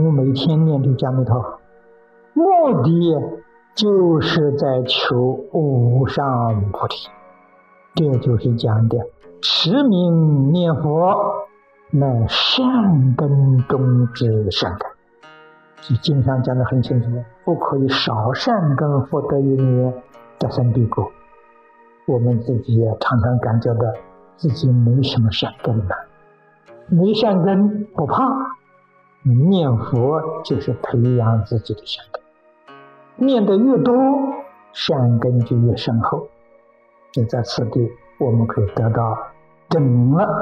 们每天念这个阿弥陀佛，目的就是在求无上菩提。这就是讲的持名念佛乃善根中之善根。这经上讲得很清楚，不可以少善根福德因缘得生彼国。我们自己也常常感觉到自己没什么善根了，没善根不怕，念佛就是培养自己的善根，念得越多，善根就越深厚。这在此地我们可以得到证明了。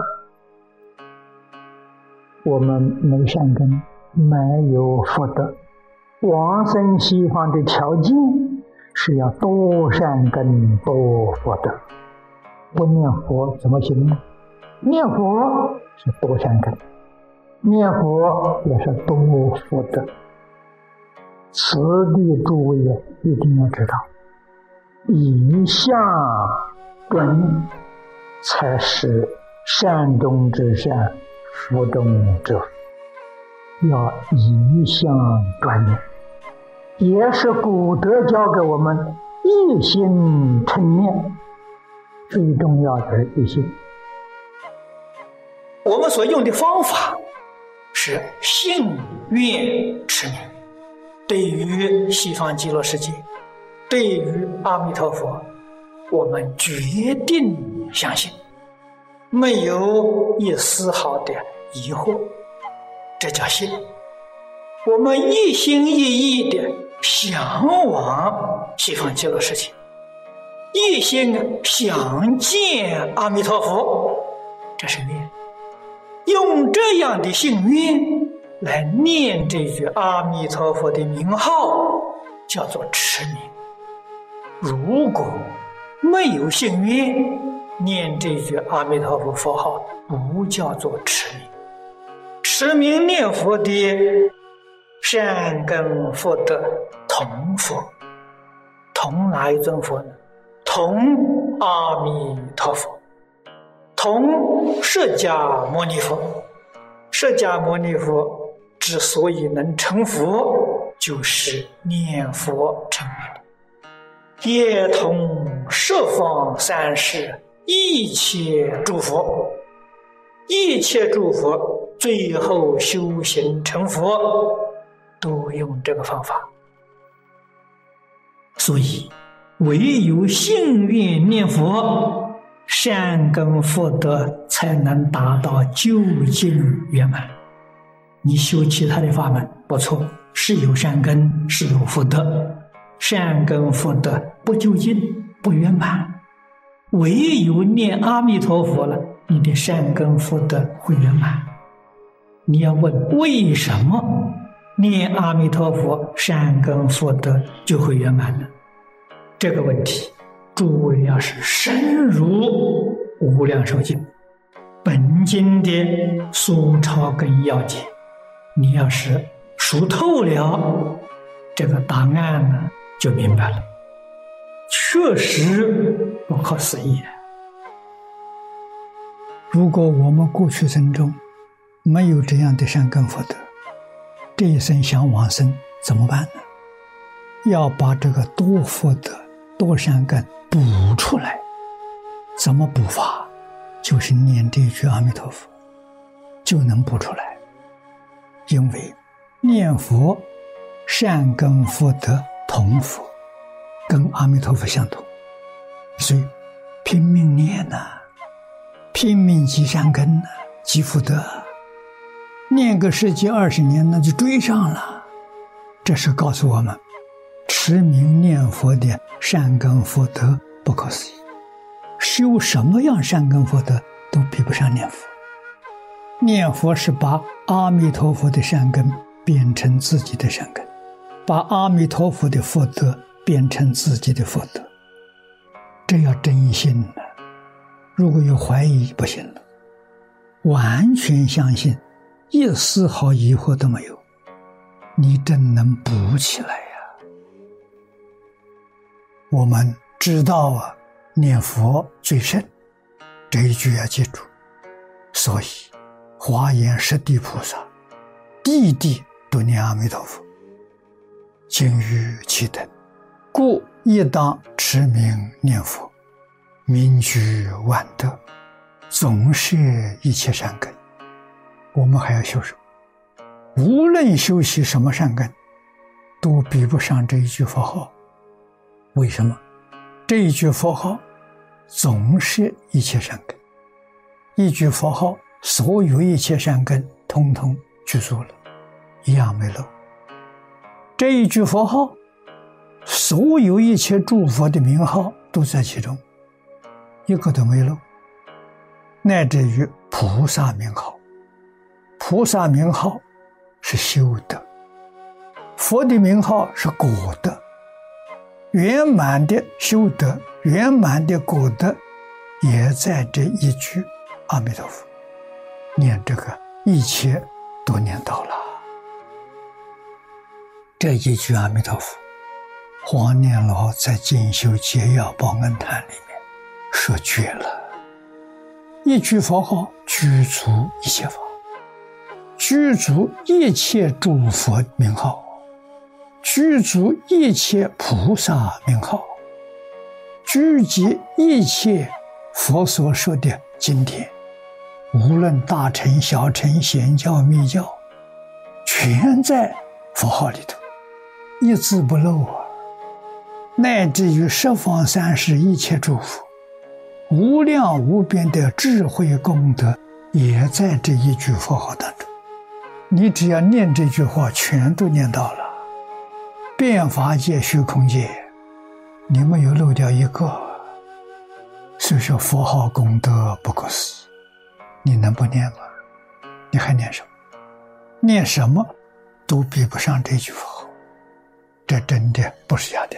我们没善根，没有福德，往生西方的条件是要多善根多福德。不念佛怎么行呢？念佛是多善根，念佛也是多福德。此地诸位一定要知道，以下观念才是善中之善，福中之福。要以相观念，也是古德教给我们一心称念，最重要的是一心。 我们所用的方法是信愿持名。对于西方极乐世界，对于阿弥陀佛，我们决定相信，没有一丝毫的疑惑，这叫信。我们一心一意的向往西方极乐世界，一心想见阿弥陀佛，这是念。用这样的信愿来念这句阿弥陀佛的名号，叫做持名。如果没有信愿，念这句阿弥陀佛佛号不叫做持名。持名念佛的善根福德同佛，同哪一尊佛呢？同阿弥陀佛，同释迦牟尼佛。释迦牟尼佛之所以能成佛，就是念佛成名的。也同十方三世一切诸佛，一切诸佛最后修行成佛都用这个方法。所以唯有信愿念佛，善根福德才能达到究竟圆满。你修其他的法门不错，是有善根，是有福德，善根福德不究竟不圆满。唯有念阿弥陀佛了，你的善根福德会圆满。你要问为什么念阿弥陀佛善根福德就会圆满呢？这个问题诸位要是深入无量寿经本经的疏钞跟要解，你要是熟透了，这个答案呢就明白了。确实不可思议。 如果我们过去生中没有这样的善根福德，这一生想往生怎么办呢？要把这个多福德多善根补出来。怎么补法？就是念这句阿弥陀佛就能补出来。因为念佛善根福德同佛，跟阿弥陀佛相同，所以拼命念拼命积善根积福德，念个10几20年那就追上了。这是告诉我们持名念佛的善根福德不可思议，修什么样善根福德都比不上念佛。念佛是把阿弥陀佛的善根变成自己的善根，把阿弥陀佛的福德变成自己的福德，这要真心了。如果有怀疑不行了，完全相信，一丝毫疑惑都没有，你真能补起来呀。我们知道念佛最甚，这一句要记住。所以华严十地菩萨地地多念阿弥陀佛，今于其等，故亦当持名念佛，名居万德，总摄一切善根。我们还要修什么？无论修习什么善根，都比不上这一句佛号。为什么？这一句佛号总摄一切善根，一句佛号所有一切善根通通具足了，一样没漏。这一句佛号所有一切诸佛的名号都在其中，一个都没漏，乃至于菩萨名号。菩萨名号是修德，佛的名号是果德，圆满的修德，圆满的果德也在这一句阿弥陀佛。念这个一切都念到了。这一句阿弥陀佛，黄念老在《进修解要报恩谈》里面说绝了。一句佛号具足一切法，具足一切诸佛名号，具足一切菩萨名号，聚集一切佛所说的经典，无论大乘小乘显教密教，全在佛号里头，一字不漏啊。乃至于十方三世一切诸佛，无量无边的智慧功德也在这一句佛号当中。你只要念这句话，全都念到了。遍法界虚空界，你没有漏掉一个。所以说佛号功德不可思议，你能不念吗？你还念什么？念什么都比不上这句佛号，这真的不是假的。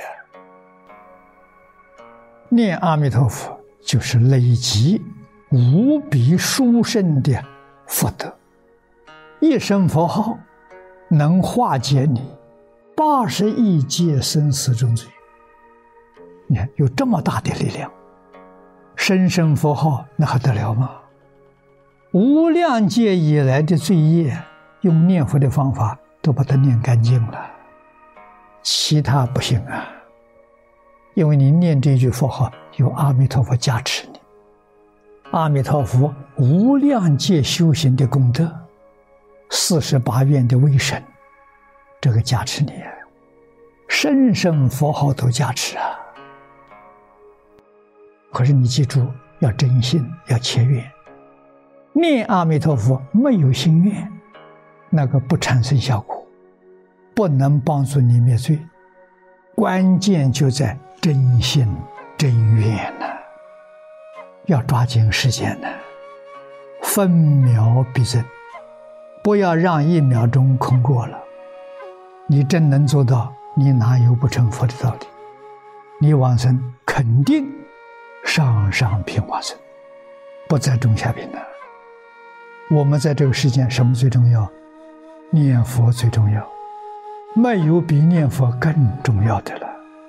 念阿弥陀佛就是累积无比殊胜的福德，一声佛号能化解你80亿劫生死重罪。你看有这么大的力量，声声佛号那还得了吗？无量劫以来的罪业，用念佛的方法都把它念干净了，其他不行啊。因为你念这句佛号，有阿弥陀佛加持你，阿弥陀佛无量劫修行的功德，48愿的威神，这个加持你啊，声声佛号都加持啊。可是你记住，要真心，要切愿。念阿弥陀佛没有心愿，那个不产生效果，不能帮助你灭罪。关键就在真心真愿呢，要抓紧时间呢，分秒必争，不要让1秒钟空过了。你真能做到，你哪有不成佛的道理？你往生肯定上上品往生，不在中下品呢。我们在这个世间什么最重要？念佛最重要，没有比念佛更重要的了。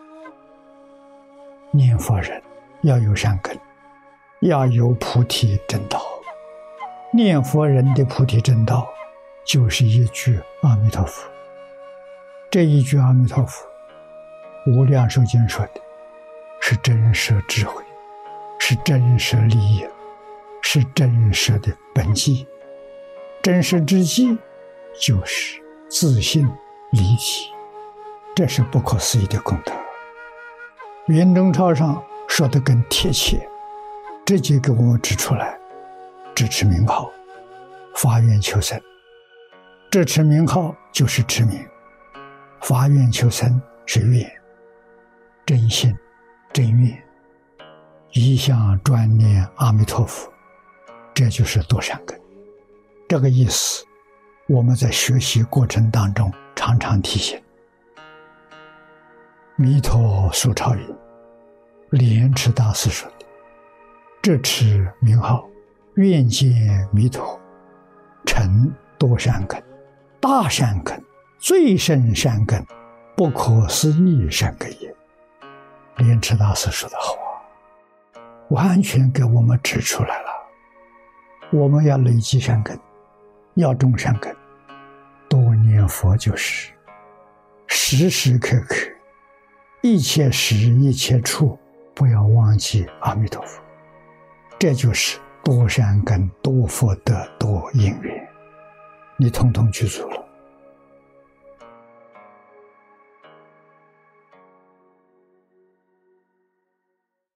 念佛人要有善根，要有菩提正道。念佛人的菩提正道就是一句阿弥陀佛。这一句阿弥陀佛，无量寿经说的是真实智慧，是真实利益，是真实的本际。真实之际就是自信离体，这是不可思议的功德。圆中钞上说得更贴切，直接给我们指出来：支持名号，发愿求生。支持名号就是持名，发愿求生是愿，真心真愿，一向专念阿弥陀佛，这就是多善根。这个意思我们在学习过程当中常常提醒。弥陀俗抄云，莲池大师说的：这持名号，愿见弥陀，成多善根，大善根，最胜善根，不可思议善根也。莲池大师说的好啊，完全给我们指出来了。我们要累积善根，要种善根，多念念佛就是时时刻刻、一切时一切处不要忘记阿弥陀佛，这就是多善根、多福德、多因缘，你统统具足了。